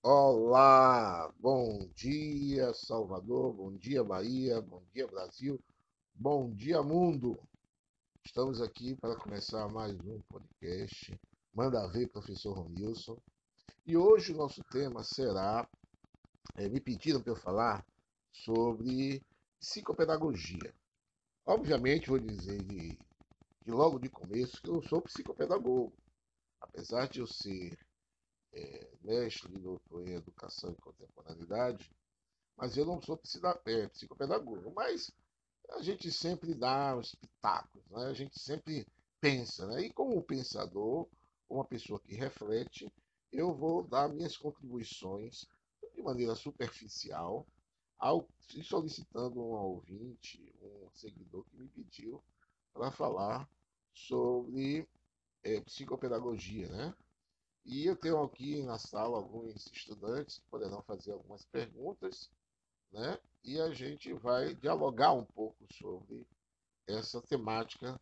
Olá, bom dia Salvador, bom dia Bahia, bom dia Brasil, bom dia mundo. Estamos aqui para começar mais um podcast. Manda ver, professor Ronilson. E hoje o nosso tema será, me pediram para eu falar sobre psicopedagogia. Obviamente vou dizer de logo de começo que eu sou psicopedagogo, apesar de eu ser mestre e doutor em educação e contemporaneidade. Mas eu não sou psicopedagogo, mas a gente sempre dá os pitacos, né? A gente sempre pensa, né? E como pensador, uma pessoa que reflete, eu vou dar minhas contribuições de maneira superficial, ao, solicitando um ouvinte, um seguidor que me pediu para falar sobre psicopedagogia, né? E eu tenho aqui na sala alguns estudantes que poderão fazer algumas perguntas, né? E a gente vai dialogar um pouco sobre essa temática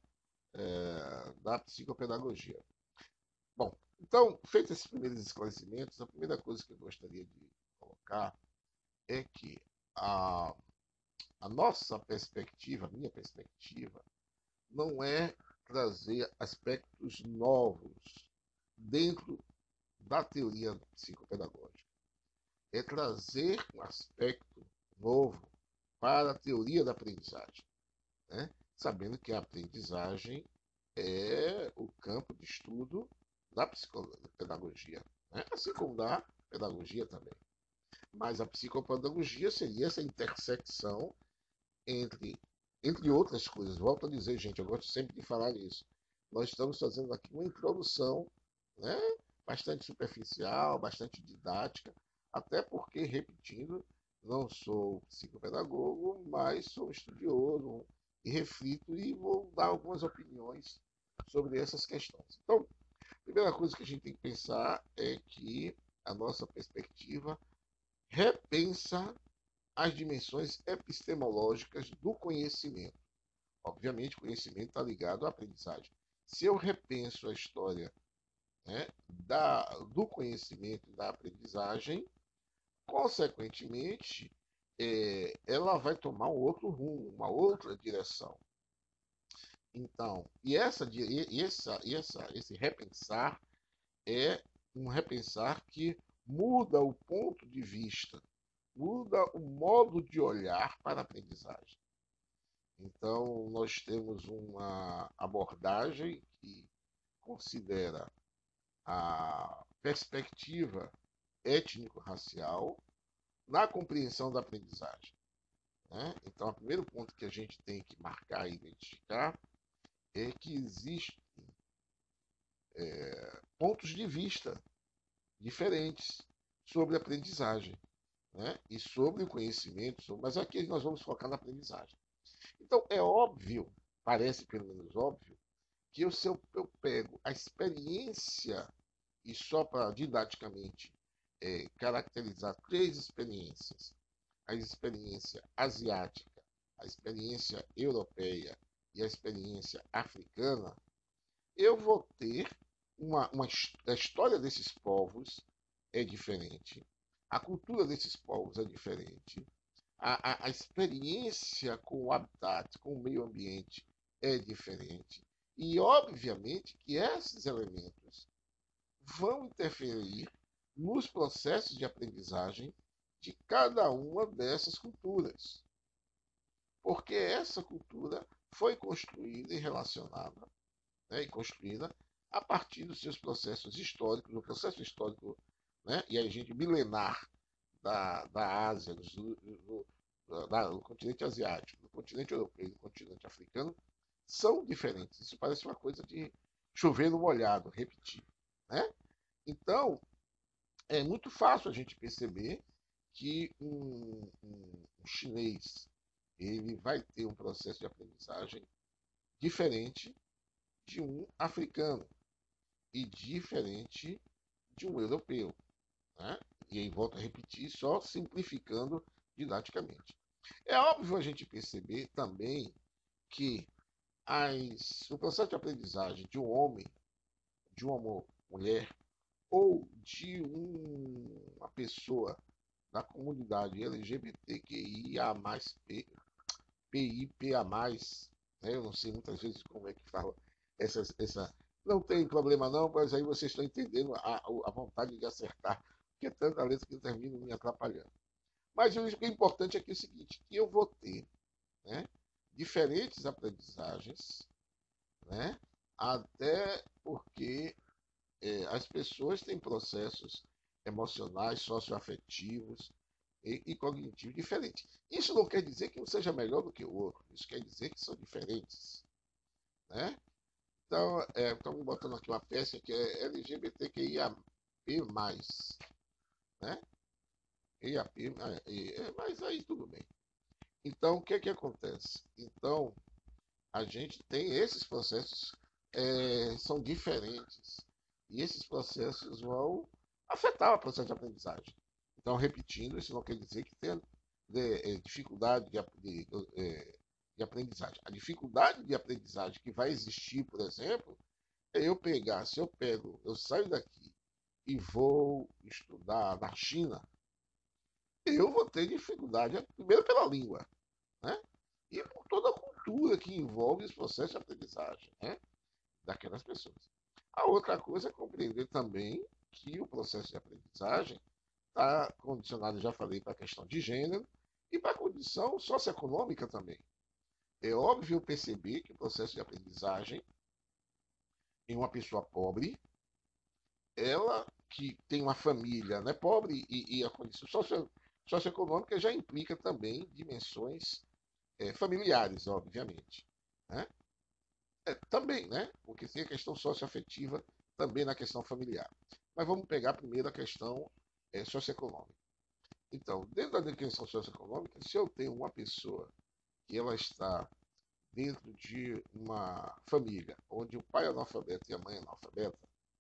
da psicopedagogia. Bom, então, feitos esses primeiros esclarecimentos, a primeira coisa que eu gostaria de colocar é que a, a nossa perspectiva, a minha perspectiva, não é trazer aspectos novos dentro da teoria psicopedagógica. É trazer um aspecto novo para a teoria da aprendizagem, né? Sabendo que a aprendizagem é o campo de estudo da psicopedagogia, né? Assim como da pedagogia também. Mas a psicopedagogia seria essa intersecção entre, entre outras coisas. Volto a dizer, gente, eu gosto sempre de falar nisso. Nós estamos fazendo aqui uma introdução, né? Bastante superficial, bastante didática, até porque, repetindo, não sou psicopedagogo, mas sou estudioso e reflito e vou dar algumas opiniões sobre essas questões. Então, a primeira coisa que a gente tem que pensar é que a nossa perspectiva repensa as dimensões epistemológicas do conhecimento. Obviamente, o conhecimento está ligado à aprendizagem. Se eu repenso a história, né, do conhecimento e da aprendizagem, consequentemente, ela vai tomar um outro rumo, uma outra direção. Então, esse repensar é um repensar que muda o ponto de vista, muda o modo de olhar para a aprendizagem. Então, nós temos uma abordagem que considera a perspectiva étnico-racial na compreensão da aprendizagem, né? Então, o primeiro ponto que a gente tem que marcar e identificar é que existem pontos de vista diferentes sobre a aprendizagem, né? E sobre o conhecimento, mas aqui nós vamos focar na aprendizagem. Então, é óbvio, parece pelo menos óbvio, que se eu pego a experiência, e só para didaticamente caracterizar três experiências, a experiência asiática, a experiência europeia e a experiência africana, eu vou ter a história desses povos é diferente, a cultura desses povos é diferente, a experiência com o habitat, com o meio ambiente é diferente. E, obviamente, que esses elementos vão interferir nos processos de aprendizagem de cada uma dessas culturas. Porque essa cultura foi construída e relacionada, né, e construída a partir dos seus processos históricos, do processo histórico, né, e a gente milenar da Ásia, do continente asiático, do continente europeu e do continente africano, são diferentes. Isso parece uma coisa de chover no molhado, repetir. Né? Então, é muito fácil a gente perceber que um chinês ele vai ter um processo de aprendizagem diferente de um africano e diferente de um europeu. Né? E aí volto a repetir, só simplificando didaticamente. É óbvio a gente perceber também que o processo de aprendizagem de um homem, de uma mulher ou de uma pessoa da comunidade LGBTQIA+, PIPA+, né? Eu não sei muitas vezes como é que fala essa. Não tem problema não, mas aí vocês estão entendendo a vontade de acertar, porque é tanta letra que termina me atrapalhando. Mas o que é importante é que é o seguinte, que eu vou ter, né, diferentes aprendizagens, né, até porque as pessoas têm processos emocionais, socioafetivos e cognitivos diferentes. Isso não quer dizer que um seja melhor do que o outro, isso quer dizer que são diferentes. Né? Então, estamos botando aqui uma peça que é LGBTQIAP+, né? IAP, mas aí tudo bem. Então, o que é que acontece? Então, a gente tem esses processos, são diferentes. E esses processos vão afetar o processo de aprendizagem. Então, repetindo, isso não quer dizer que tenha dificuldade de aprendizagem. A dificuldade de aprendizagem que vai existir, por exemplo, é eu pegar, se eu saio daqui e vou estudar na China, eu vou ter dificuldade, primeiro pela língua, né? E por toda a cultura que envolve esse processo de aprendizagem, né? Daquelas pessoas. A outra coisa é compreender também que o processo de aprendizagem está condicionado, já falei, para a questão de gênero e para a condição socioeconômica também. É óbvio perceber que o processo de aprendizagem em uma pessoa pobre, ela que tem uma família, né, pobre e a condição socioeconômica já implica também dimensões familiares, obviamente. Né? Também, né? Porque tem a questão socioafetiva também na questão familiar. Mas vamos pegar primeiro a questão socioeconômica. Então, dentro da questão socioeconômica, se eu tenho uma pessoa que ela está dentro de uma família onde o pai é analfabeto e a mãe é analfabeta,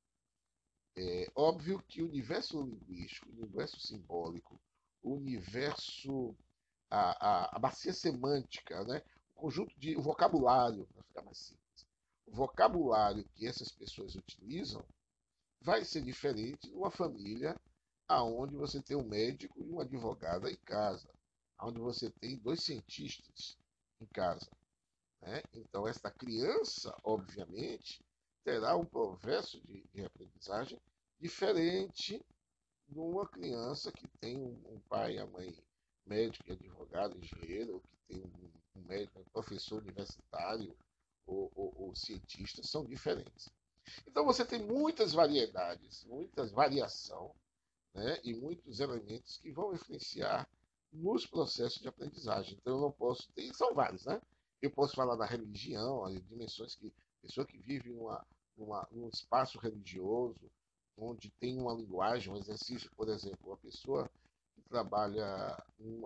é óbvio que o universo linguístico, o universo simbólico, o universo, a bacia semântica, né? O conjunto de o vocabulário, para ficar mais simples, o vocabulário que essas pessoas utilizam vai ser diferente de uma família aonde você tem um médico e uma advogada em casa, onde você tem dois cientistas em casa. Né? Então, esta criança, obviamente, terá um processo de aprendizagem diferente de uma criança que tem um pai e a mãe médico, advogado, engenheiro, ou que tem um médico, um professor universitário ou cientista, são diferentes. Então você tem muitas variedades, muitas variação, né, e muitos elementos que vão influenciar nos processos de aprendizagem. Então eu não posso ter, são vários, né? Eu posso falar da religião, as dimensões que pessoa que vive num espaço religioso, onde tem uma linguagem, um exercício, por exemplo, uma pessoa que trabalha,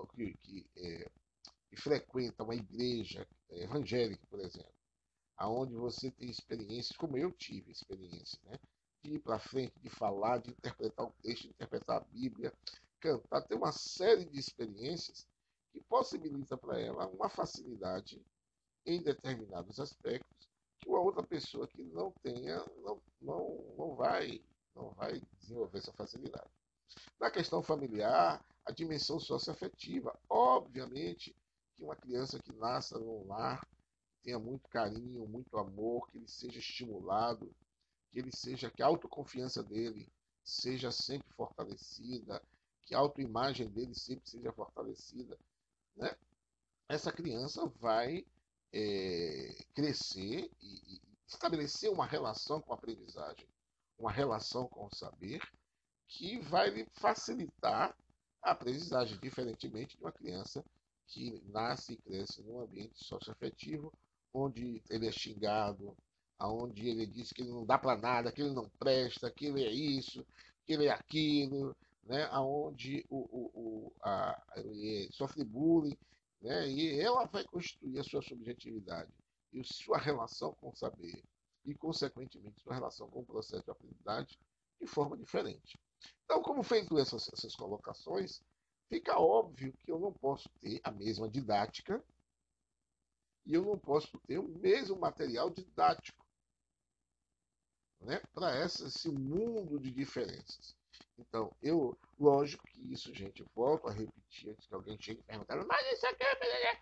que frequenta uma igreja evangélica, por exemplo, aonde você tem experiências, como eu tive experiência, né? De ir para frente, de falar, de interpretar o texto, de interpretar a Bíblia, cantar, ter uma série de experiências que possibilita para ela uma facilidade em determinados aspectos que uma outra pessoa que não tenha não vai desenvolver essa facilidade. Na questão familiar, a dimensão socioafetiva, obviamente que uma criança que nasça num lar tenha muito carinho, muito amor, que ele seja estimulado, que a autoconfiança dele seja sempre fortalecida, que a autoimagem dele sempre seja fortalecida, né? Essa criança vai crescer e estabelecer uma relação com a aprendizagem, uma relação com o saber, que vai lhe facilitar a aprendizagem, diferentemente de uma criança que nasce e cresce num ambiente socioafetivo, onde ele é xingado, onde ele diz que ele não dá para nada, que ele não presta, que ele é isso, que ele é aquilo, né? Onde ele sofre bullying, né? E ela vai constituir a sua subjetividade e a sua relação com o saber e, consequentemente, sua relação com o processo de aprendizagem de forma diferente. Então, como feito essas colocações, fica óbvio que eu não posso ter a mesma didática e eu não posso ter o mesmo material didático, né, para esse mundo de diferenças. Então, lógico que isso, gente, eu volto a repetir antes que alguém chegue perguntando, mas isso aqui é.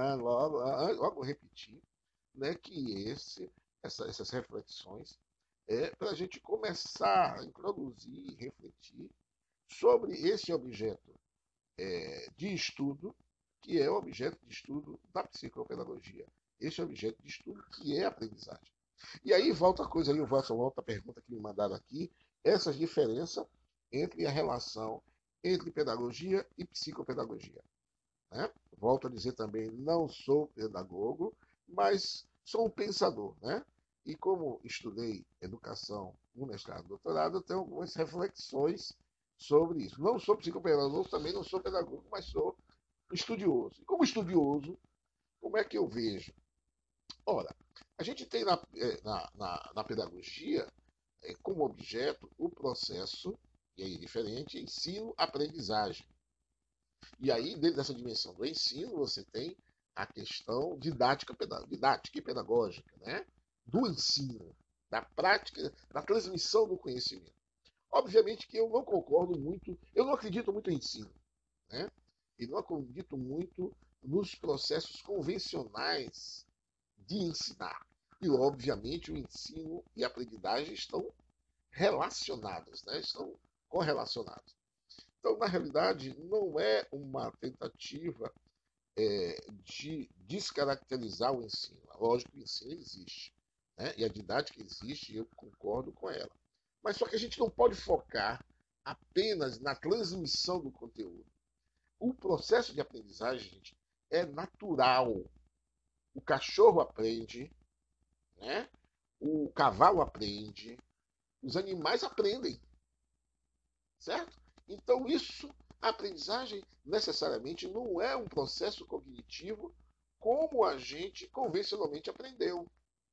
Logo repetir, né, que essas reflexões para a gente começar a introduzir, refletir sobre esse objeto de estudo, que é o objeto de estudo da psicopedagogia. Esse objeto de estudo que é a aprendizagem. E aí volta a coisa, aí volta a pergunta que me mandaram aqui, essas diferenças entre a relação entre pedagogia e psicopedagogia. Né? Volto a dizer também, não sou pedagogo, mas sou um pensador. Né? E como estudei educação no mestrado e doutorado, eu tenho algumas reflexões sobre isso. Não sou psicopedagogo, também não sou pedagogo, mas sou estudioso. E como estudioso, como é que eu vejo? Ora, a gente tem na pedagogia como objeto o processo, e aí diferente, ensino-aprendizagem. E aí, dentro dessa dimensão do ensino, você tem a questão didática e pedagógica, né? Do ensino, da prática, da transmissão do conhecimento. Obviamente que eu não concordo muito, eu não acredito muito em ensino, né? E não acredito muito nos processos convencionais de ensinar. E, obviamente, o ensino e a aprendizagem estão relacionados, né? Estão correlacionados. Então, na realidade, não é uma tentativa de descaracterizar o ensino. Lógico que o ensino existe, né? E a didática existe, e eu concordo com ela. Mas só que a gente não pode focar apenas na transmissão do conteúdo. O processo de aprendizagem, gente, é natural. O cachorro aprende, né? O cavalo aprende, os animais aprendem, certo? Então, a aprendizagem necessariamente não é um processo cognitivo como a gente convencionalmente aprendeu.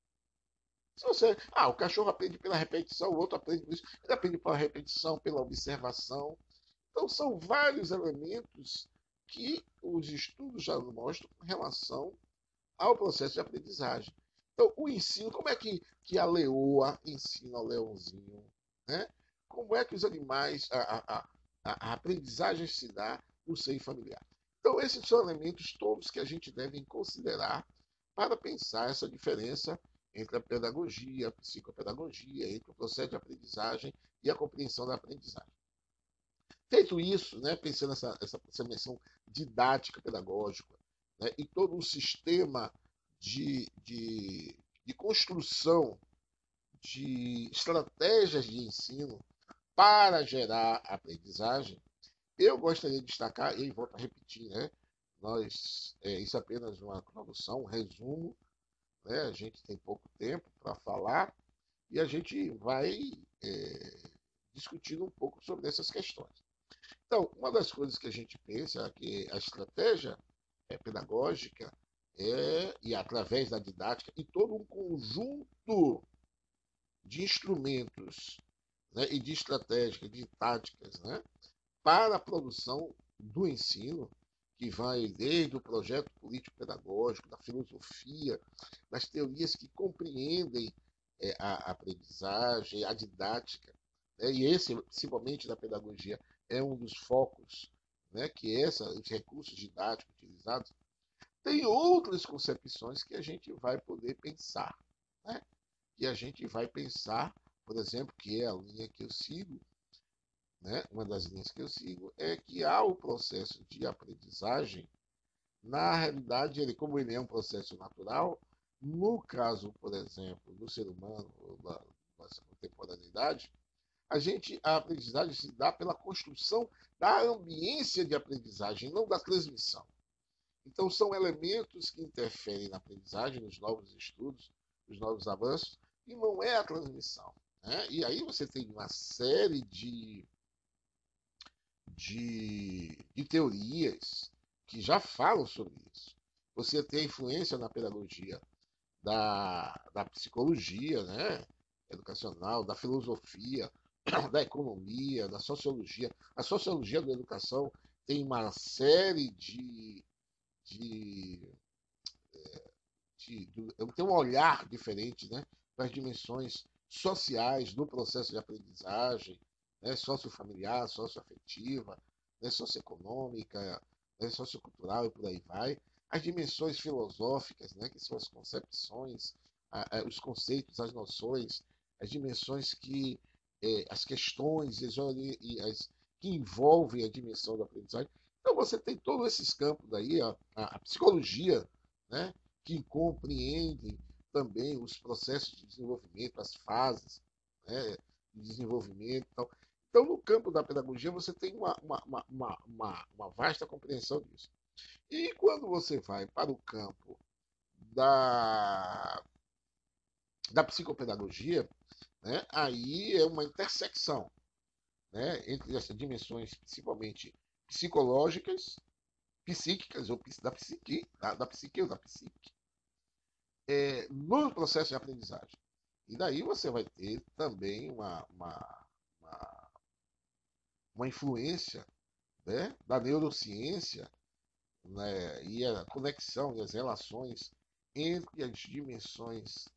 Se você, o cachorro aprende pela repetição, o outro aprende por isso, ele aprende pela repetição, pela observação. Então, são vários elementos que os estudos já mostram em relação ao processo de aprendizagem. Então, o ensino, como é que a leoa ensina o leãozinho? Né? Como é que os animais, a aprendizagem se dá no seio familiar? Então, esses são elementos todos que a gente deve considerar para pensar essa diferença entre a pedagogia, a psicopedagogia, entre o processo de aprendizagem e a compreensão da aprendizagem. Feito isso, né, pensando essa dimensão didática pedagógica, né, e todo um sistema de construção de estratégias de ensino para gerar aprendizagem, eu gostaria de destacar, e volto a repetir, né, isso é apenas uma introdução, um resumo, né, a gente tem pouco tempo para falar e a gente vai discutindo um pouco sobre essas questões. Então, uma das coisas que a gente pensa é que a estratégia pedagógica e através da didática, e todo um conjunto de instrumentos, né, e de estratégias, de táticas, né, para a produção do ensino, que vai desde o projeto político-pedagógico, da filosofia, das teorias que compreendem a aprendizagem, a didática, né, e esse, principalmente da pedagogia, é um dos focos, né, que os recursos didáticos utilizados. Tem outras concepções que a gente vai poder pensar, né? Que a gente vai pensar, por exemplo, que é a linha que eu sigo, né? Uma das linhas que eu sigo é que há o processo de aprendizagem, na realidade, como ele é um processo natural, no caso, por exemplo, do ser humano, da nossa contemporaneidade, a aprendizagem se dá pela construção da ambiência de aprendizagem, não da transmissão. Então, são elementos que interferem na aprendizagem, nos novos estudos, nos novos avanços, e não é a transmissão. Né? E aí você tem uma série de teorias que já falam sobre isso. Você tem a influência na pedagogia da psicologia, né? Educacional, da filosofia, da economia, da sociologia. A sociologia da educação tem uma série de, tem um olhar diferente, né, para as dimensões sociais do processo de aprendizagem, né, sociofamiliar, socioafetiva, né, socioeconômica, né, sociocultural e por aí vai. As dimensões filosóficas, né, que são as concepções, os conceitos, as noções, as dimensões que, as questões que envolvem a dimensão da aprendizagem. Então você tem todos esses campos aí, a psicologia, né, que compreende também os processos de desenvolvimento, as fases, né, de desenvolvimento. Então, no campo da pedagogia, você tem uma vasta compreensão disso. E quando você vai para o campo da, da psicopedagogia, né, aí é uma intersecção, né, entre essas dimensões, principalmente psicológicas, psíquicas, ou da psique ou da psique, no processo de aprendizagem. E daí você vai ter também uma, uma influência, né, da neurociência, né, e a conexão e as relações entre as dimensões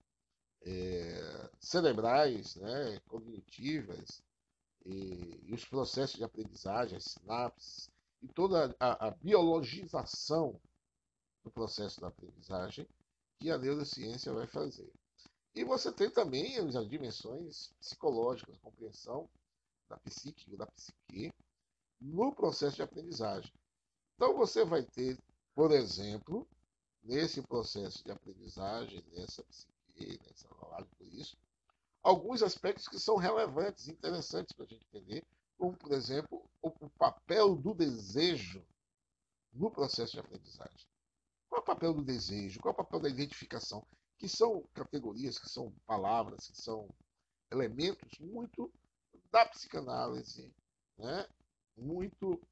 cerebrais, né, cognitivas, e os processos de aprendizagem, as sinapses, e toda a biologização do processo da aprendizagem que a neurociência vai fazer. E você tem também as dimensões psicológicas, compreensão da psique, da psique, no processo de aprendizagem. Então você vai ter, por exemplo, nesse processo de aprendizagem, nessa psique, nessa análise, por isso, alguns aspectos que são relevantes, interessantes para a gente entender, como, por exemplo, o papel do desejo no processo de aprendizagem. Qual é o papel do desejo? Qual é o papel da identificação? Que são categorias, que são palavras, que são elementos muito da psicanálise, né? Muito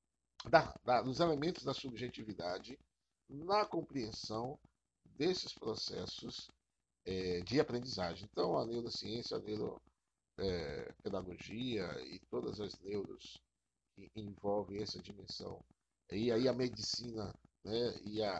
dos elementos da subjetividade na compreensão desses processos de aprendizagem. Então, a neurociência, a neuropedagogia e todas as neuros que envolvem essa dimensão, e aí a medicina, né,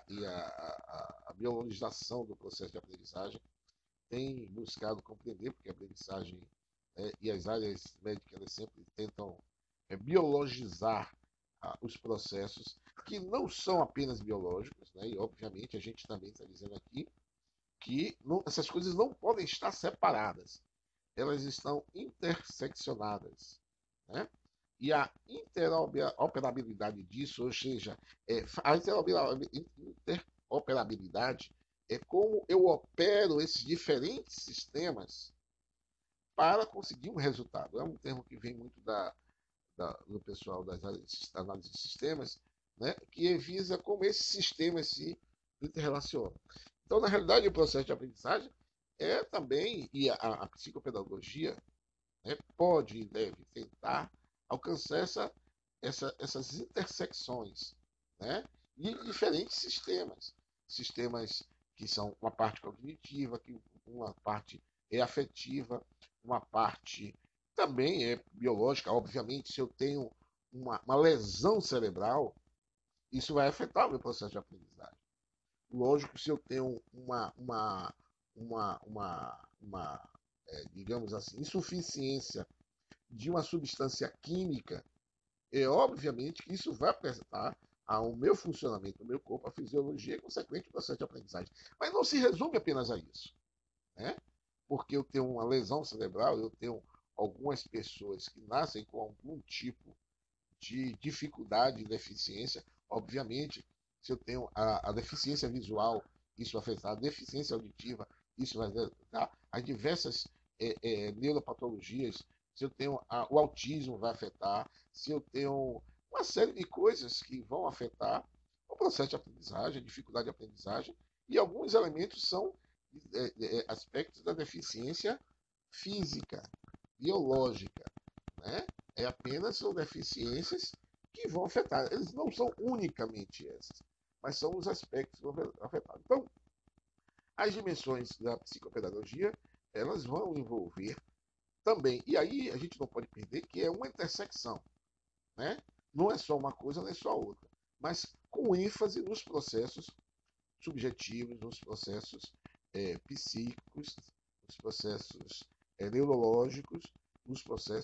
a biologização do processo de aprendizagem, tem buscado compreender, porque a aprendizagem, e as áreas médicas elas sempre tentam biologizar os processos que não são apenas biológicos, né? E obviamente a gente também está dizendo aqui que não, essas coisas não podem estar separadas, elas estão interseccionadas, né? E a interoperabilidade disso, ou seja, a interoperabilidade é como eu opero esses diferentes sistemas para conseguir um resultado. É um termo que vem muito do pessoal das análises de sistemas, né, que visa como esses sistemas se interrelacionam. Então, na realidade, o processo de aprendizagem é também, e a psicopedagogia, né, pode e deve tentar alcançar essas intersecções, né, de diferentes sistemas. Sistemas que são uma parte cognitiva, que uma parte é afetiva, uma parte também é biológica. Obviamente, se eu tenho uma lesão cerebral, isso vai afetar o meu processo de aprendizagem. Lógico, se eu tenho digamos assim, insuficiência de uma substância química, é obviamente que isso vai afetar ao meu funcionamento, ao meu corpo, a fisiologia e, consequente, o processo de aprendizagem. Mas não se resume apenas a isso, né? Porque eu tenho uma lesão cerebral, eu tenho algumas pessoas que nascem com algum tipo de dificuldade e deficiência. Obviamente, se eu tenho a deficiência visual, isso vai afetar a deficiência auditiva, isso vai afetar as diversas neuropatologias. Se eu tenho o autismo, vai afetar. Se eu tenho uma série de coisas que vão afetar o processo de aprendizagem, a dificuldade de aprendizagem, e alguns elementos são aspectos da deficiência física, biológica, né? É apenas são deficiências que vão afetar. Eles não são unicamente essas, mas são os aspectos que vão afetar. Então, as dimensões da psicopedagogia, elas vão envolver também. E aí a gente não pode perder que é uma intersecção, né? Não é só uma coisa, não é só outra, mas com ênfase nos processos subjetivos, nos processos psíquicos, nos processos neurológicos, nos processos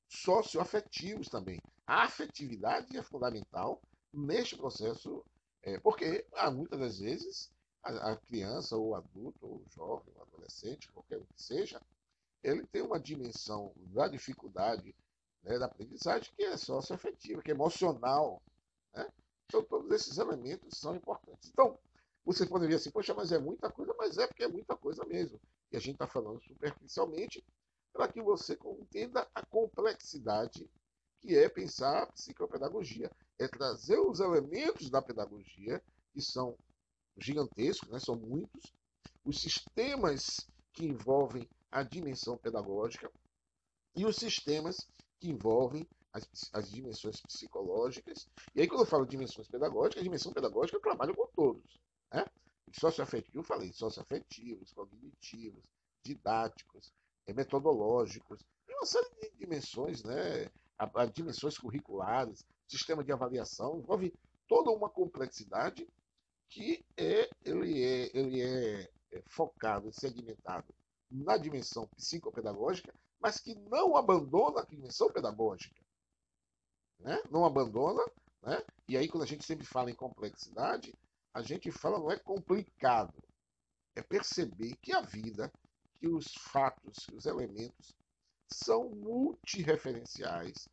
socioafetivos também. A afetividade é fundamental neste processo, porque muitas das vezes a criança, ou o adulto, ou o jovem, ou o adolescente, qualquer um que seja, ele tem uma dimensão da dificuldade, né, da aprendizagem que é socioafetiva, que é emocional. Né? Então, todos esses elementos são importantes. Então, você poderia assim, poxa, mas é muita coisa, mas é porque é muita coisa mesmo. E a gente está falando superficialmente para que você entenda a complexidade que é pensar a psicopedagogia. É trazer os elementos da pedagogia, que são gigantescos, né? São muitos, os sistemas que envolvem a dimensão pedagógica e os sistemas que envolvem as dimensões psicológicas. E aí, quando eu falo de dimensões pedagógicas, a dimensão pedagógica eu trabalho com todos. Né? Socioafetivos, eu falei, socioafetivos, cognitivos, didáticos, metodológicos, e uma série de dimensões, né? A dimensões curriculares, sistema de avaliação, envolve toda uma complexidade que ele é focado, segmentado na dimensão psicopedagógica, mas que não abandona a dimensão pedagógica. Né? Não abandona. Né? E aí, quando a gente sempre fala em complexidade, a gente fala não é complicado, é perceber que a vida, que os fatos, que os elementos são multireferenciais,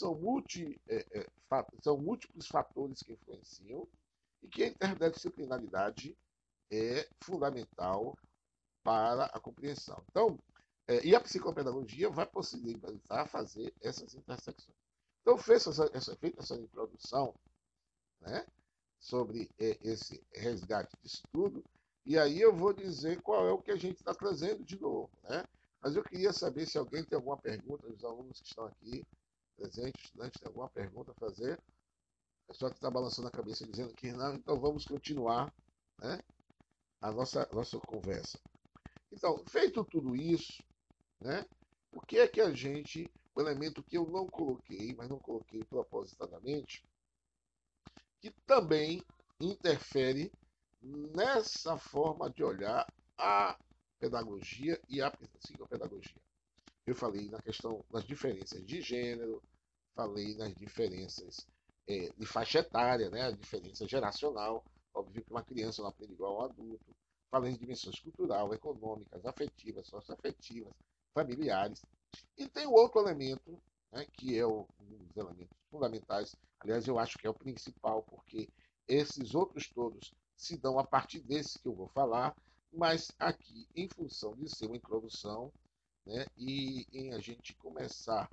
são múltiplos fatores que influenciam e que a interdisciplinaridade é fundamental para a compreensão. Então, e a psicopedagogia vai possibilitar fazer essas intersecções. Então, feita essa introdução, né, sobre esse resgate disso tudo, e aí eu vou dizer qual é o que a gente está trazendo de novo. Né? Mas eu queria saber se alguém tem alguma pergunta, os alunos que estão aqui presentes, estudantes, tem alguma pergunta a fazer. O pessoal que está balançando a cabeça dizendo que não, então vamos continuar, né, a nossa conversa. Então, feito tudo isso, né, o que é que o elemento que eu não coloquei, mas não coloquei propositadamente, que também interfere nessa forma de olhar a pedagogia e a psicopedagogia. Eu falei na questão das diferenças de gênero, falei nas diferenças de faixa etária, né, a diferença geracional. Óbvio que uma criança não aprende igual a um adulto. Falei em dimensões cultural, econômicas, afetivas, socioafetivas, familiares. E tem o outro elemento, né, que é um dos elementos fundamentais. Aliás, eu acho que é o principal, porque esses outros todos se dão a partir desse que eu vou falar, mas aqui, em função de ser uma introdução, né, e em a gente começar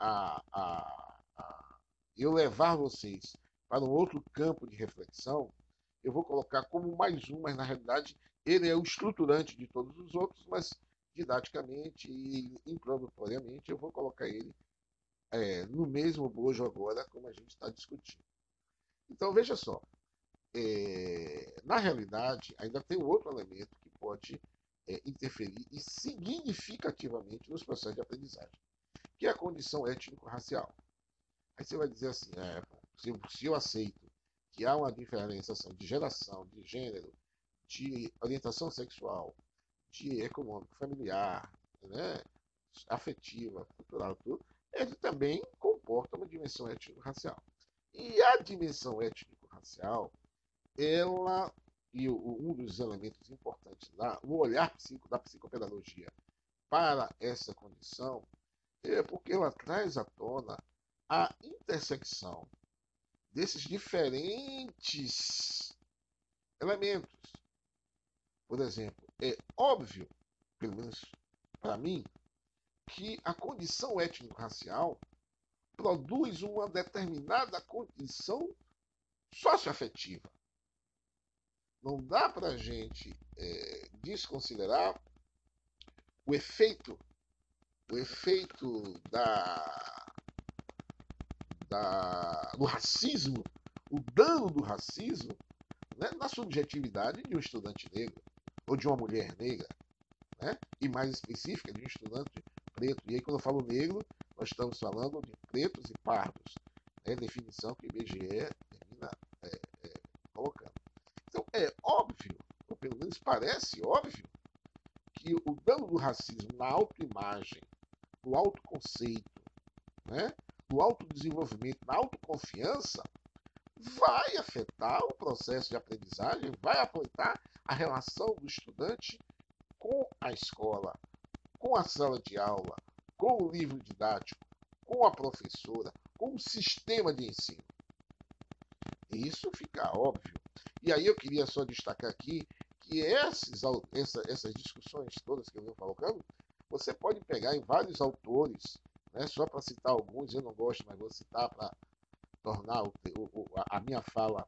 a eu levar vocês para um outro campo de reflexão, eu vou colocar como mais um, mas na realidade ele é o estruturante de todos os outros, mas didaticamente e introdutoriamente eu vou colocar ele no mesmo bojo agora, como a gente está discutindo. Então veja só, na realidade ainda tem um outro elemento que pode interferir e significativamente nos processos de aprendizagem, que é a condição étnico-racial. Aí você vai dizer assim, se eu aceito que há uma diferenciação de geração, de gênero, de orientação sexual, de econômico, familiar, né, afetiva, cultural, tudo, ele também comporta uma dimensão étnico-racial. E a dimensão étnico-racial, ela, e um dos elementos importantes lá, o olhar da psicopedagogia para essa condição, é porque ela traz à tona a intersecção desses diferentes elementos. Por exemplo, é óbvio, pelo menos para mim, que a condição étnico-racial produz uma determinada condição socioafetiva. Não dá para a gente desconsiderar o efeito do racismo, o dano do racismo, né, na subjetividade de um estudante negro ou de uma mulher negra, né, e mais específica de um estudante preto. E aí, quando eu falo negro, nós estamos falando de pretos e pardos, né, definição que o IBGE termina colocando. Então, é óbvio, ou pelo menos parece óbvio, que o dano do racismo na autoimagem, no autoconceito, né, no autodesenvolvimento, na autoconfiança, vai afetar o processo de aprendizagem, vai afetar a relação do estudante com a escola, com a sala de aula, com o livro didático, com a professora, com o sistema de ensino. Isso fica óbvio. E aí eu queria só destacar aqui que essas discussões todas que eu venho colocando, você pode pegar em vários autores, né? Só para citar alguns, eu não gosto, mas vou citar para tornar a minha fala,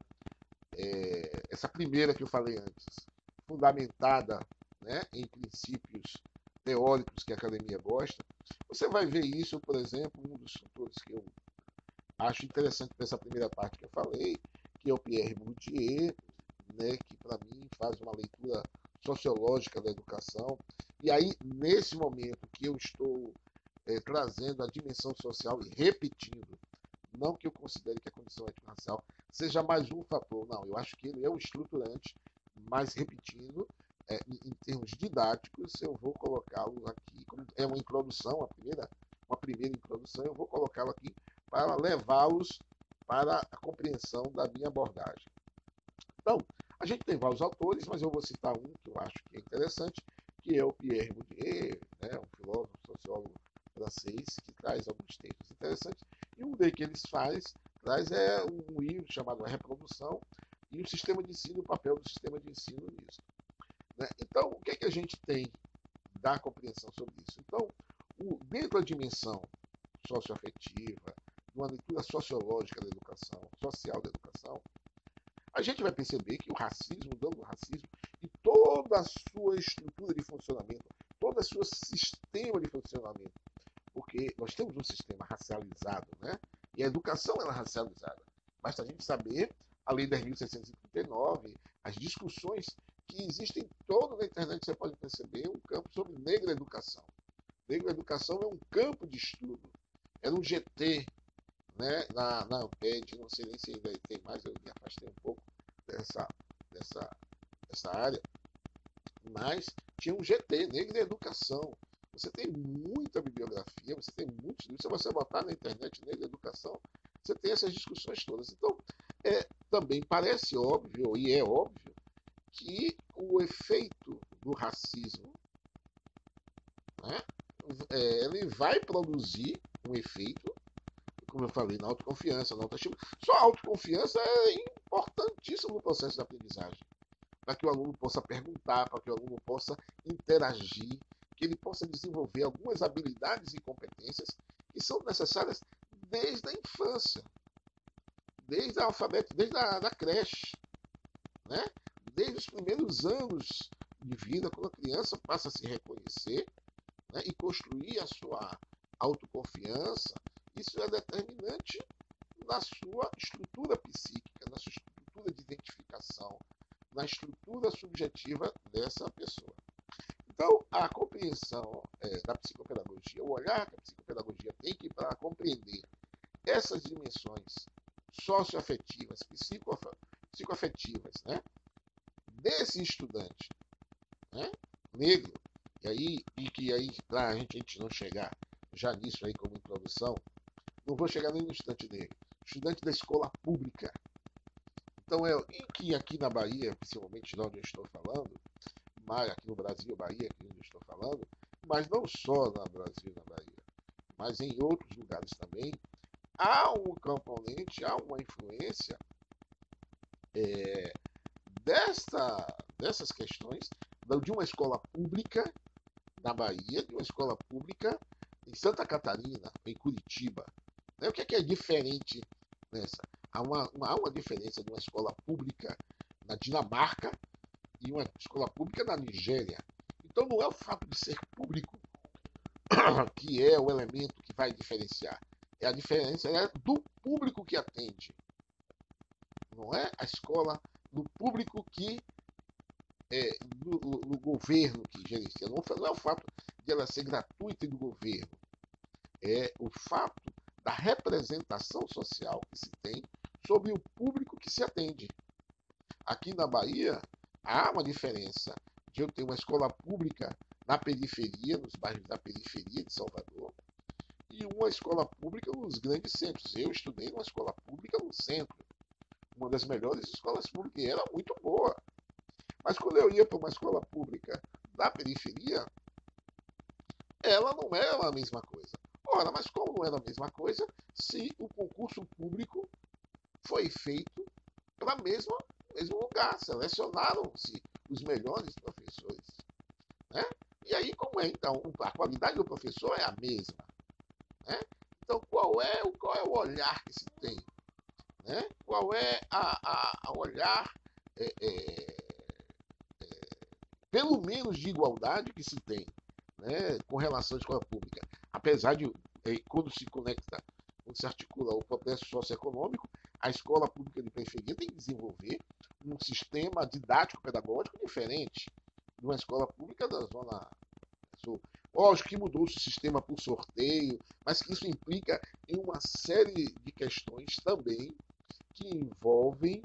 essa primeira que eu falei antes, fundamentada, né, em princípios teóricos que a academia gosta. Você vai ver isso, por exemplo, um dos autores que eu acho interessante nessa primeira parte que eu falei, que é o Pierre Bourdieu, né, que para mim faz uma leitura sociológica da educação. E aí, nesse momento que eu estou trazendo a dimensão social e repetindo, não que eu considere que a condição étnico-racial seja mais um fator, não, eu acho que ele é o estruturante, mas repetindo, em termos didáticos, eu vou colocá-lo aqui, como é uma introdução, uma primeira introdução, eu vou colocá-lo aqui para levá-los para a compreensão da minha abordagem. Então, a gente tem vários autores, mas eu vou citar um que eu acho que é interessante, que é o Pierre Bourdieu, né, um filósofo, sociólogo francês, que traz alguns textos interessantes. E um deles que eles traz um livro chamado A Reprodução e o sistema de ensino, o papel do sistema de ensino nisso. Né? Então, o que é que a gente tem da compreensão sobre isso? Então, dentro da dimensão socioafetiva, de uma leitura sociológica da educação, social da educação, a gente vai perceber que o racismo, o dano do racismo e toda a sua estrutura de funcionamento, todo o seu sistema de funcionamento, porque nós temos um sistema racializado, né? E a educação é racializada. Basta a gente saber a Lei 10.639, as discussões que existem todas na internet, você pode perceber um campo sobre negra educação. Negra educação é um campo de estudo, é um GT, né, na Amped, não sei nem se ainda tem mais, eu me afastei um pouco dessa área, mas tinha um GT, Negro em Educação. Você tem muita bibliografia, você tem muitos livros. Se você botar na internet Negro em Educação, você tem essas discussões todas. Então, também parece óbvio, e é óbvio, que o efeito do racismo, né, ele vai produzir um efeito, como eu falei, na autoconfiança, na autoestima. Só a autoconfiança é importantíssimo no processo de aprendizagem. Para que o aluno possa perguntar, para que o aluno possa interagir, que ele possa desenvolver algumas habilidades e competências que são necessárias desde a infância, desde a alfabeto, desde a creche, né? Desde os primeiros anos de vida, quando a criança passa a se reconhecer, né, e construir a sua autoconfiança. Isso é determinante na sua estrutura psíquica, na sua estrutura de identificação, na estrutura subjetiva dessa pessoa. Então, a compreensão da psicopedagogia, o olhar que a psicopedagogia tem que para compreender essas dimensões socioafetivas, psicoafetivas, né, desse estudante, né, negro, e que aí, para a gente não chegar já nisso aí como introdução, não vou chegar nem no estudante negro, estudante da escola pública. Então, em que aqui na Bahia, principalmente de onde eu estou falando, mas aqui no Brasil, Bahia, aqui onde eu estou falando, mas não só no Brasil, na Bahia, mas em outros lugares também, há um componente, há uma influência dessas questões de uma escola pública na Bahia, de uma escola pública em Santa Catarina, em Curitiba. Né? O que é diferente nessa? Há uma diferença de uma escola pública na Dinamarca e uma escola pública na Nigéria. Então não é o fato de ser público que é o elemento que vai diferenciar. É a diferença do público que atende. Não é a escola do público que do governo que gerencia. Não é o fato de ela ser gratuita e do governo. É o fato da representação social que se tem sobre o público que se atende. Aqui na Bahia, há uma diferença de eu ter uma escola pública na periferia, nos bairros da periferia de Salvador, e uma escola pública nos grandes centros. Eu estudei numa escola pública no centro, uma das melhores escolas públicas, e era muito boa. Mas quando eu ia para uma escola pública da periferia, ela não era a mesma coisa. Ora, mas como não era a mesma coisa se o concurso público foi feito para o mesmo lugar? Selecionaram-se os melhores professores. Né? E aí, como é então? A qualidade do professor é a mesma. Né? Então, qual é o olhar que se tem? Né? Qual é a olhar, pelo menos de igualdade, que se tem, né, com relação à escola pública? Apesar de, quando se conecta, quando se articula o processo socioeconômico, a escola pública de periferia tem que desenvolver um sistema didático-pedagógico diferente de uma escola pública da zona sul. Lógico que mudou o sistema por sorteio, mas que isso implica em uma série de questões também que envolvem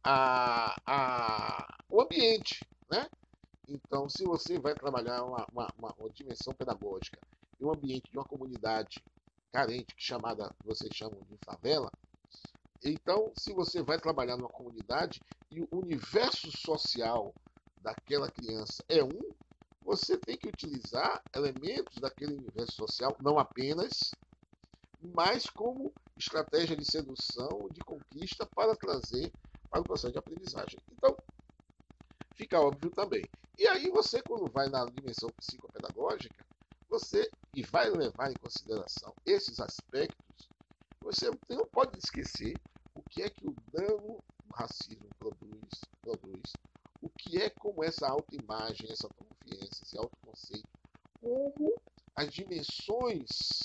o ambiente, né? Então, se você vai trabalhar uma dimensão pedagógica em um ambiente de uma comunidade carente, que vocês chamam de favela, então, se você vai trabalhar numa comunidade e o universo social daquela criança é você tem que utilizar elementos daquele universo social, não apenas, mas como estratégia de sedução, de conquista, para trazer para o processo de aprendizagem. Então, fica óbvio também. E aí você, quando vai na dimensão psicopedagógica, e vai levar em consideração esses aspectos, você não pode esquecer o que é que o dano do racismo produz, o que é como essa autoimagem, essa autoconfiança, esse autoconceito, como as dimensões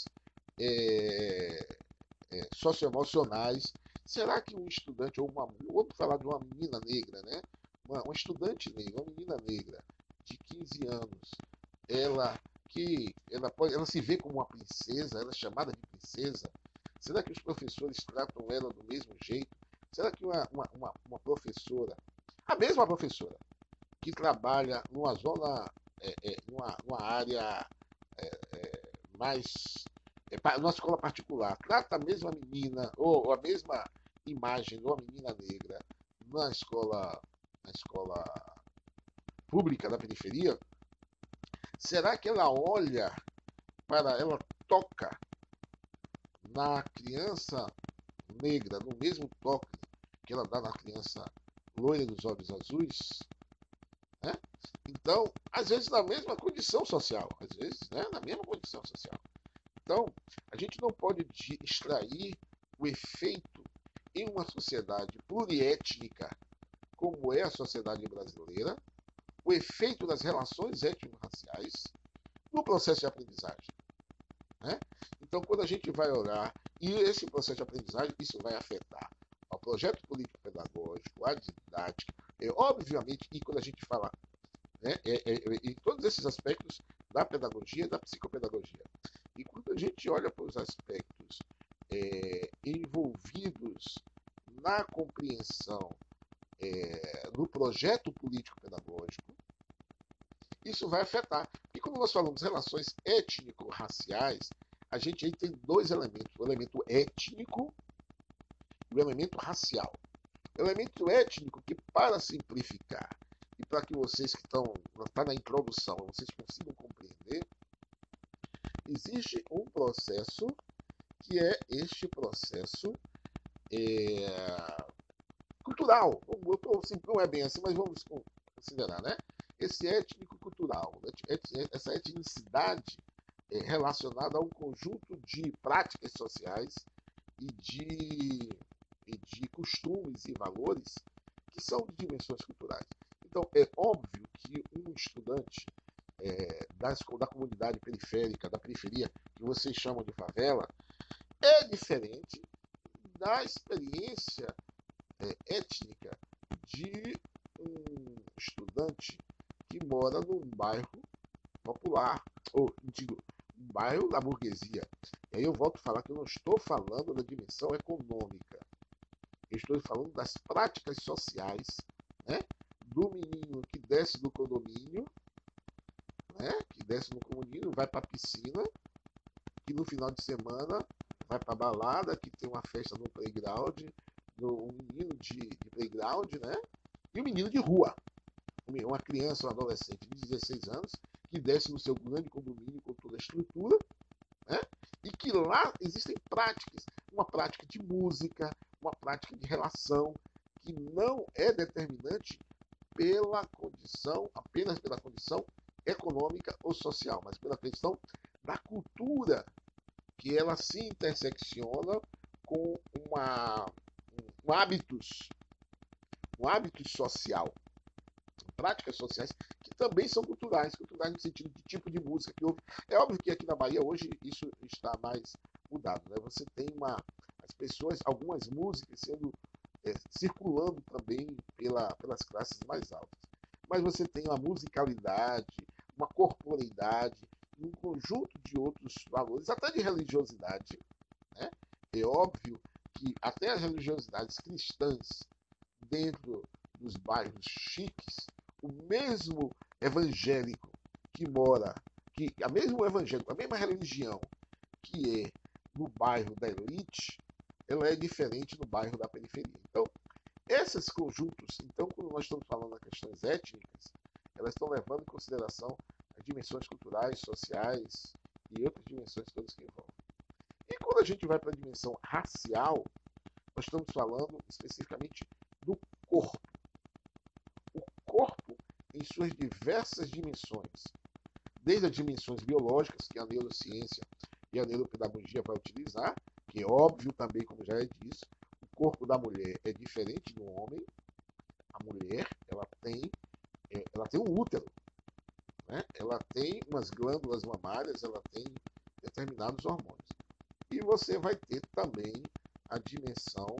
socioemocionais. Será que um estudante, vamos falar de uma menina negra, né? Uma estudante negra, uma menina negra de 15 anos, ela se vê como uma princesa, ela é chamada de princesa. Será que os professores tratam ela do mesmo jeito? Será que uma professora, a mesma professora, que trabalha numa zona, numa área mais, numa escola particular, trata a mesma menina, ou a mesma imagem de uma menina negra na escola pública da periferia, será que ela toca na criança negra, no mesmo toque que ela dá na criança loira dos olhos azuis? Né? Então, às vezes na mesma condição social, às vezes, né, na mesma condição social. Então, a gente não pode extrair o efeito em uma sociedade pluriétnica, como é a sociedade brasileira, o efeito das relações étnico-raciais no processo de aprendizagem. Né? Então, quando a gente vai olhar, e esse processo de aprendizagem, isso vai afetar o projeto político-pedagógico, a didática, obviamente, e quando a gente fala, né, em todos esses aspectos da pedagogia e da psicopedagogia. E quando a gente olha para os aspectos envolvidos na compreensão do projeto político-pedagógico, isso vai afetar. E quando nós falamos relações étnico-raciais, a gente aí tem dois elementos, o elemento étnico e o elemento racial. O elemento étnico, que para simplificar, e para que vocês que estão na introdução, vocês consigam compreender, existe um processo que é este processo cultural. Não é bem assim, mas vamos considerar, né? Esse étnico-cultural, essa etnicidade relacionada a um conjunto de práticas sociais e de costumes e valores que são de dimensões culturais. Então, é óbvio que um estudante da comunidade periférica, da periferia, que vocês chamam de favela, é diferente da experiência étnica de um estudante que mora num bairro popular, ou digo, um bairro da burguesia. E aí eu volto a falar que eu não estou falando da dimensão econômica, eu estou falando das práticas sociais, né? Do menino que desce do condomínio, né? Que desce no condomínio, vai para a piscina, que no final de semana vai para balada, que tem uma festa no playground, um menino de playground, né? E um menino de rua, uma criança, um adolescente de 16 anos, que desce no seu grande condomínio com toda a estrutura, né? E que lá existem práticas, uma prática de música, uma prática de relação, que não é determinante pela condição, apenas pela condição econômica ou social, mas pela questão da cultura, que ela se intersecciona com um hábitos, um hábito social, práticas sociais que também são culturais no sentido de tipo de música que houve. É óbvio que aqui na Bahia hoje isso está mais mudado, né? Você tem as pessoas, algumas músicas sendo circulando também pelas classes mais altas. Mas você tem uma musicalidade, uma corporeidade, um conjunto de outros valores, até de religiosidade, né? É óbvio que até as religiosidades cristãs dentro dos bairros chiques, o mesmo evangélico que mora, a mesmo evangélico, a mesma religião que é no bairro da elite, ela é diferente no bairro da periferia. Então, esses conjuntos, então, quando nós estamos falando das questões étnicas, elas estão levando em consideração as dimensões culturais, sociais e outras dimensões todas que envolvem. E quando a gente vai para a dimensão racial, nós estamos falando especificamente do corpo. O corpo em suas diversas dimensões, desde as dimensões biológicas, que a neurociência e a neuropedagogia vai utilizar, que é óbvio também, como já disse, o corpo da mulher é diferente do homem. A mulher, ela tem um útero, né? Ela tem umas glândulas mamárias, ela tem determinados hormônios. E você vai ter também a dimensão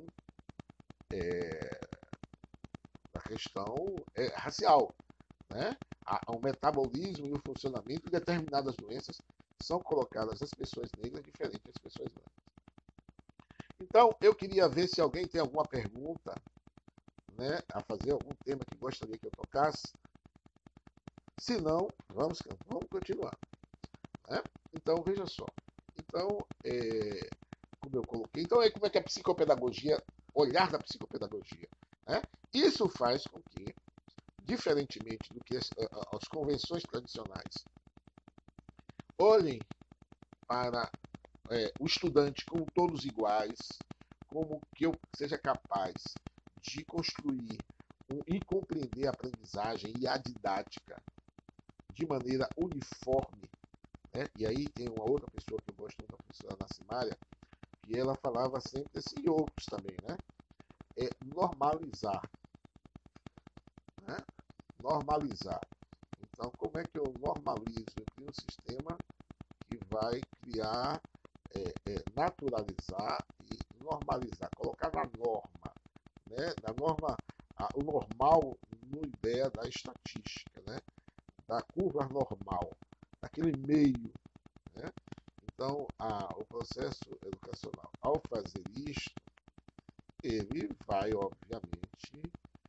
da questão racial, né? O metabolismo e o funcionamento de determinadas doenças são colocadas às pessoas negras diferentes das pessoas brancas. Então, eu queria ver se alguém tem alguma pergunta, né, a fazer, algum tema que gostaria que eu tocasse. Se não, vamos continuar, né? Então, veja só. Então, como eu coloquei, então como é que a psicopedagogia, olhar da psicopedagogia, né? Isso faz com que, diferentemente do que as convenções tradicionais, olhem para o estudante como todos iguais, como que eu seja capaz de construir e compreender a aprendizagem e a didática de maneira uniforme, né? E aí tem uma outra pessoa que eu gosto muito, a professora Nacimária, que ela falava sempre assim, e outros também, né? É normalizar, né? Normalizar. Então, como é que eu normalizo? Eu crio um sistema que vai criar, naturalizar e normalizar, colocar na norma, né? Na norma, o normal no ideia da estatística, né? Da curva normal, daquele meio, né? Então, o processo educacional, ao fazer isto, ele vai, obviamente,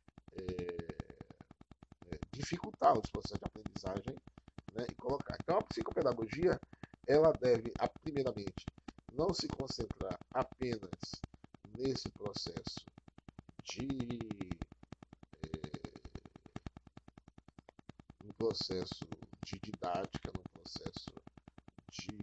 dificultar os processos de aprendizagem, né, e colocar. Então, a psicopedagogia, ela deve, primeiramente, não se concentrar apenas nesse processo um processo de didática, num processo de,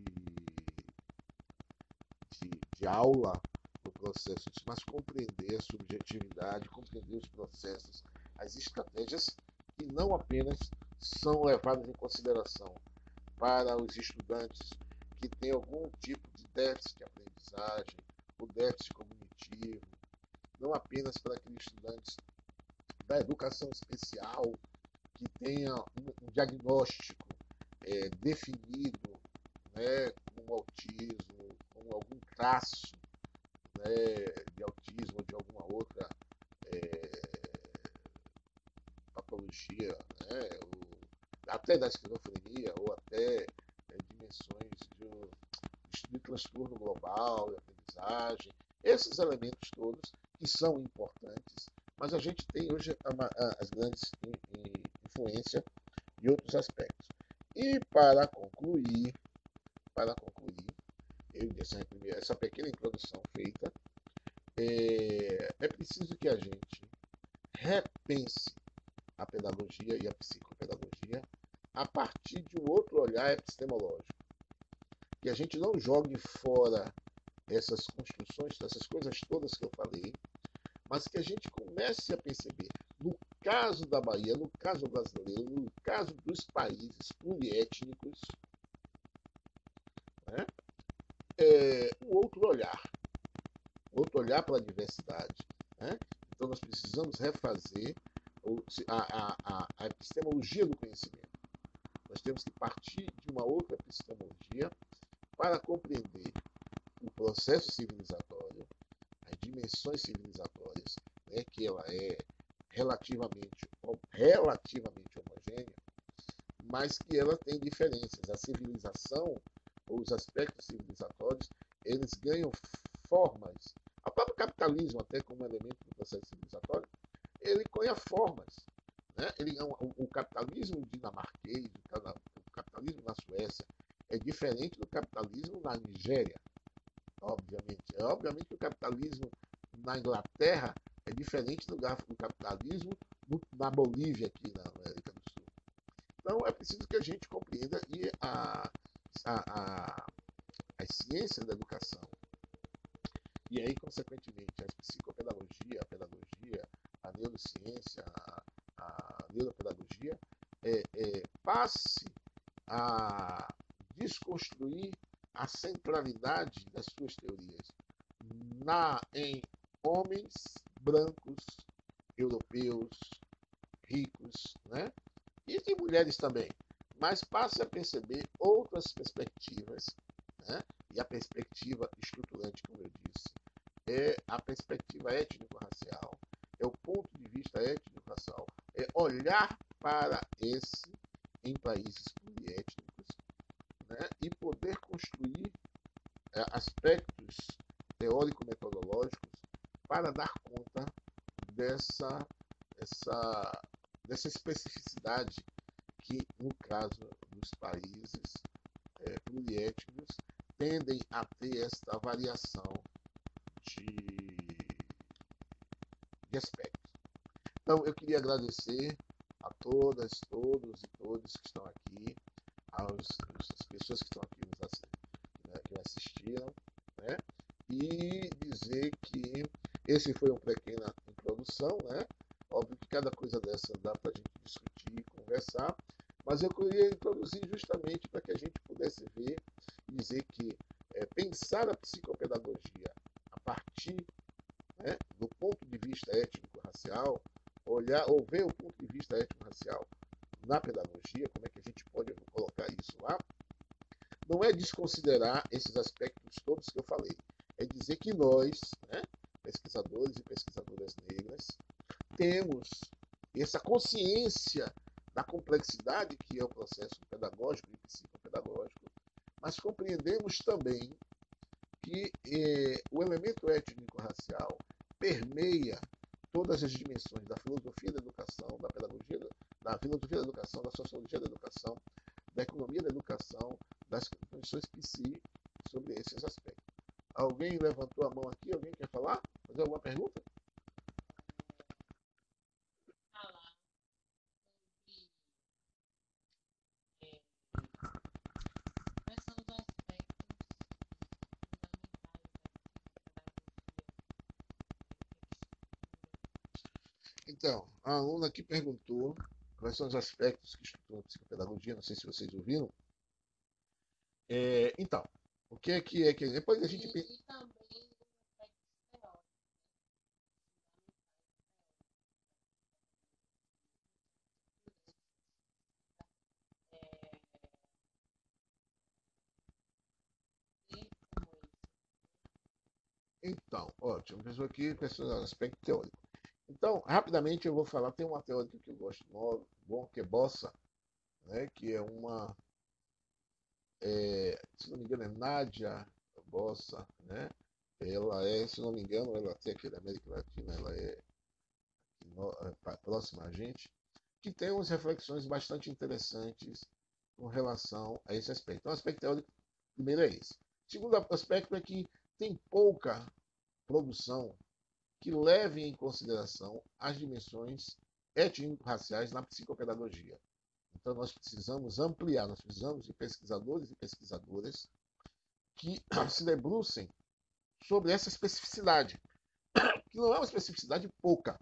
de aula, no processo mas compreender a subjetividade, compreender os processos, as estratégias que não apenas são levadas em consideração para os estudantes que têm algum tipo de déficit de aprendizagem, ou déficit cognitivo, não apenas para aqueles estudantes da educação especial que tenha um diagnóstico definido, né, como autismo, como algum traço, né, de autismo ou de alguma outra patologia, né, até da esquizofrenia, ou até dimensões de transtorno global, de aprendizagem, esses elementos todos que são importantes, mas a gente tem hoje as grandes influências de outros aspectos. E para concluir, essa pequena introdução feita, é preciso que a gente repense a pedagogia e a psicopedagogia a partir de um outro olhar epistemológico. Que a gente não jogue fora essas construções, essas coisas todas que eu falei, mas que a gente comece a perceber, no caso da Bahia, no caso brasileiro, no caso dos países pluriétnicos, né, um outro olhar para a diversidade. Né? Então nós precisamos refazer a epistemologia do conhecimento. Nós temos que partir de uma outra epistemologia para compreender o processo civilizatório, as dimensões civilizatórias, né, que ela é relativamente homogênea, mas que ela tem diferenças. A civilização, ou os aspectos civilizatórios, eles ganham formas. O próprio capitalismo, até como elemento do processo civilizatório, ele ganha formas. Né? O capitalismo dinamarquês, o capitalismo na Suécia, é diferente do capitalismo na Nigéria, obviamente. Obviamente que o capitalismo na Inglaterra é diferente do capitalismo na Bolívia, aqui na América do Sul. Então é preciso que a gente compreenda e as ciências da educação e aí, consequentemente, a psicopedagogia, a pedagogia, a neurociência, a neuropedagogia, passe a desconstruir a centralidade das suas teorias em homens brancos, europeus, ricos, né? E de mulheres também, mas passe a perceber outras perspectivas, né? E a perspectiva estruturante, como eu disse, é a perspectiva étnico-racial, é o ponto de vista étnico-racial, é olhar para esse em países pluriétnicos, né? E poder construir aspectos teórico-metodológicos para dar conta dessa especificidade que, no caso dos países pluriétnicos, tendem a ter esta variação de aspectos. Então, eu queria agradecer a todas, todos e todos que estão aqui, às pessoas que estão aqui que assistiram, né? E dizer que esse foi uma pequena introdução, né? Óbvio que cada coisa dessa dá para a gente discutir, conversar, mas eu queria introduzir justamente para que a gente pudesse ver e dizer que pensar a psicopedagogia a partir, né, do ponto de vista étnico-racial, olhar ou ver o ponto de vista étnico-racial na pedagogia, como é que a gente pode colocar isso lá, não é desconsiderar esses aspectos todos que eu falei, é dizer que nós, né, pesquisadores e pesquisadoras negras, temos essa consciência da complexidade que é o processo pedagógico e psicopedagógico, mas compreendemos também que o elemento étnico-racial permeia todas as dimensões da filosofia da educação, da pedagogia, da filosofia da educação, da sociologia da educação, da economia da educação, das condições psi sobre esses aspectos. Alguém levantou a mão aqui? Alguém quer falar? Fazer alguma pergunta? Então, a aluna aqui perguntou quais são os aspectos que estruturam a psicopedagogia, não sei se vocês ouviram. Então, o que é que depois a gente então, ótimo, pessoa aqui, pessoa aspecto teórico. Então, rapidamente eu vou falar, tem uma teórica que eu gosto bom, que é Bossa, né, que é uma, se não me engano, é Nádia Bossa, né? Ela é, se não me engano, ela tem aqui da América Latina, ela é próxima a gente, que tem umas reflexões bastante interessantes com relação a esse aspecto. Então, o aspecto teórico, primeiro é esse. Segundo aspecto é que tem pouca produção que leve em consideração as dimensões étnico-raciais na psicopedagogia. Então, nós precisamos ampliar, nós precisamos de pesquisadores e pesquisadoras que se debrucem sobre essa especificidade, que não é uma especificidade pouca,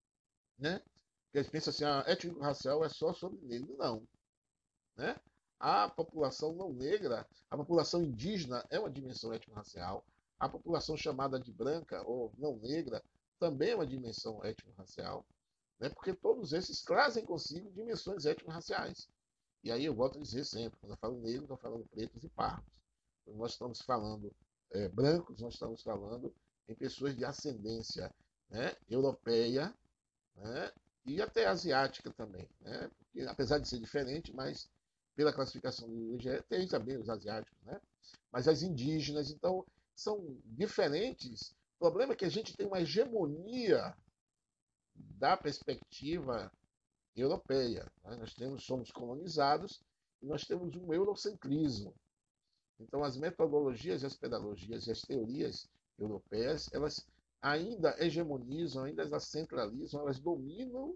né? Porque a gente pensa assim, a étnico-racial é só sobre negro. Não, né? A população não negra, a população indígena é uma dimensão étnico-racial. A população chamada de branca ou não negra também é uma dimensão étnico-racial, né? Porque todos esses trazem consigo dimensões étnico-raciais. E aí eu volto a dizer sempre, quando eu falo negro, estou falando pretos e pardos. Quando nós estamos falando brancos, nós estamos falando em pessoas de ascendência, né, europeia, né, e até asiática também. Né, porque, apesar de ser diferente, mas pela classificação do IBGE, tem também os asiáticos. Né, mas as indígenas, então, são diferentes. O problema é que a gente tem uma hegemonia da perspectiva europeia. Né? Somos colonizados e nós temos um eurocentrismo. Então, as metodologias, as pedagogias e as teorias europeias, elas ainda hegemonizam, ainda elas centralizam, elas dominam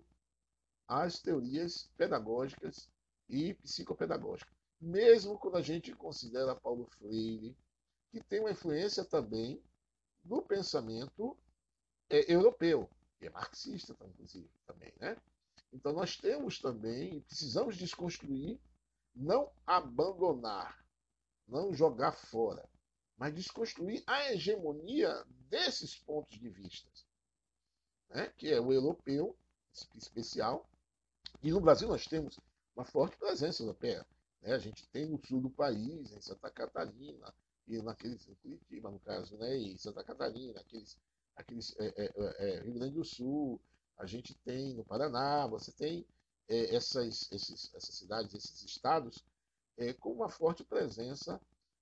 as teorias pedagógicas e psicopedagógicas. Mesmo quando a gente considera Paulo Freire, que tem uma influência também do pensamento europeu, que é marxista, inclusive, também, né? Então, nós temos também, precisamos desconstruir, não abandonar, não jogar fora, mas desconstruir a hegemonia desses pontos de vista, né? Que é o europeu, especial, e no Brasil nós temos uma forte presença europeia. Né? A gente tem no sul do país, em Santa Catarina, e naqueles, em Curitiba, no caso, né? E Santa Catarina, Rio Grande do Sul, a gente tem no Paraná, você tem essas cidades, esses estados, com uma forte presença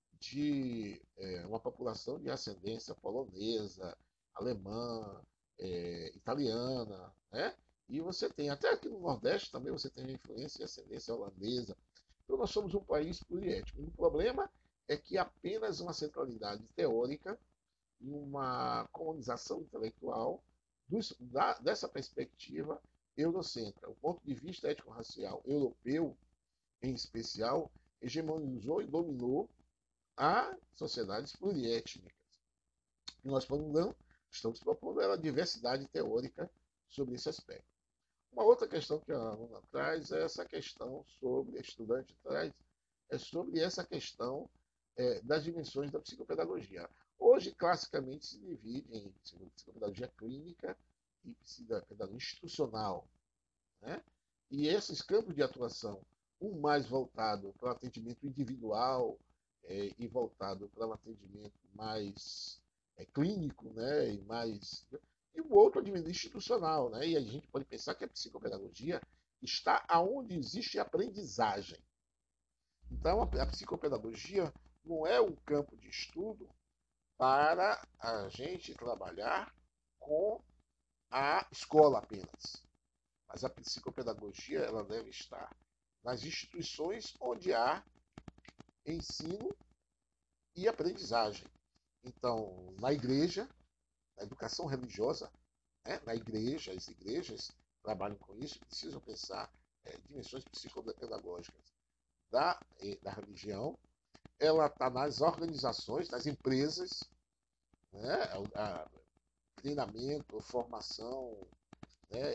de uma população de ascendência polonesa, alemã, italiana, né? E você tem, até aqui no Nordeste também, você tem influência e ascendência holandesa. Então nós somos um país pluriétnico. O problema é que apenas uma centralidade teórica e uma colonização intelectual dessa perspectiva eurocêntrica. O ponto de vista étnico-racial europeu, em especial, hegemonizou e dominou a sociedades pluriétnicas. E nós estamos propondo a diversidade teórica sobre esse aspecto. Uma outra questão que a aluna traz é essa questão sobre, a estudante traz, é sobre essa questão das dimensões da psicopedagogia. Hoje, classicamente, se divide em psicopedagogia clínica e psicopedagogia institucional. Né? E esses campos de atuação, um mais voltado para o atendimento individual e voltado para um atendimento mais clínico, né? E o outro atendimento institucional. Né? E a gente pode pensar que a psicopedagogia está aonde existe aprendizagem. Então, a psicopedagogia não é um campo de estudo para a gente trabalhar com a escola apenas. Mas a psicopedagogia ela deve estar nas instituições onde há ensino e aprendizagem. Então, na igreja, na educação religiosa, né? Na igreja, as igrejas trabalham com isso, precisam pensar dimensões psicopedagógicas da religião. Ela está nas organizações, nas empresas, né? Treinamento, formação, né?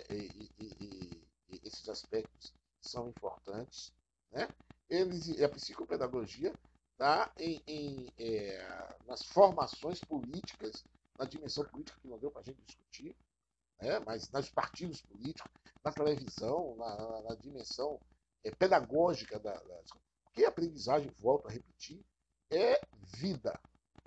E esses aspectos são importantes. Né? A psicopedagogia está nas formações políticas, na dimensão política que não deu para a gente discutir, né? Mas nos partidos políticos, na televisão, na dimensão pedagógica porque a aprendizagem, volto a repetir, é vida.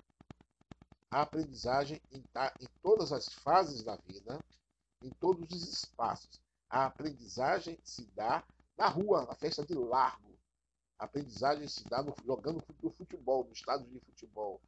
A aprendizagem está em todas as fases da vida, em todos os espaços. A aprendizagem se dá na rua, na festa de largo. A aprendizagem se dá jogando no futebol, no estádio de futebol.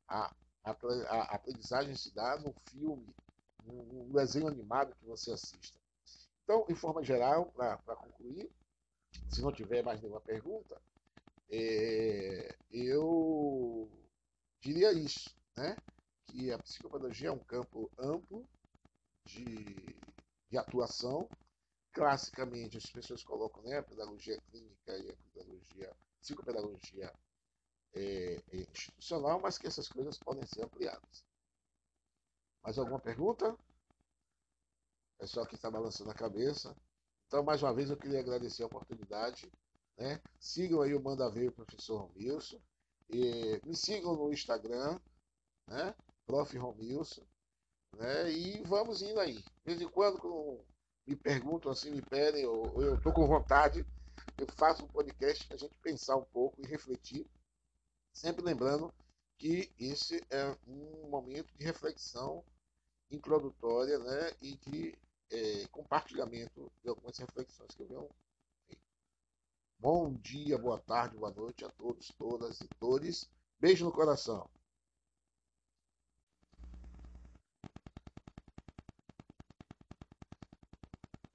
A aprendizagem se dá no filme, no desenho animado que você assista. Então, em forma geral, para concluir, se não tiver mais nenhuma pergunta, eu diria isso, né? Que a psicopedagogia é um campo amplo de, de atuação. Classicamente, as pessoas colocam, né, a pedagogia clínica e a pedagogia, psicopedagogia institucional, mas que essas coisas podem ser ampliadas. Mais alguma pergunta? O pessoal que está balançando a cabeça. Então, mais uma vez, eu queria agradecer a oportunidade. Né? Sigam aí o Manda Ver, professor Romilson. E me sigam no Instagram, né? Prof. Romilson. Né? E vamos indo aí. De vez em quando me perguntam assim, me pedem, ou eu estou com vontade, eu faço um podcast para a gente pensar um pouco e refletir, sempre lembrando que esse é um momento de reflexão introdutória, né, e de compartilhamento de algumas reflexões que eu venho. Bom dia, boa tarde, boa noite a todos, todas e todos. Beijo no coração.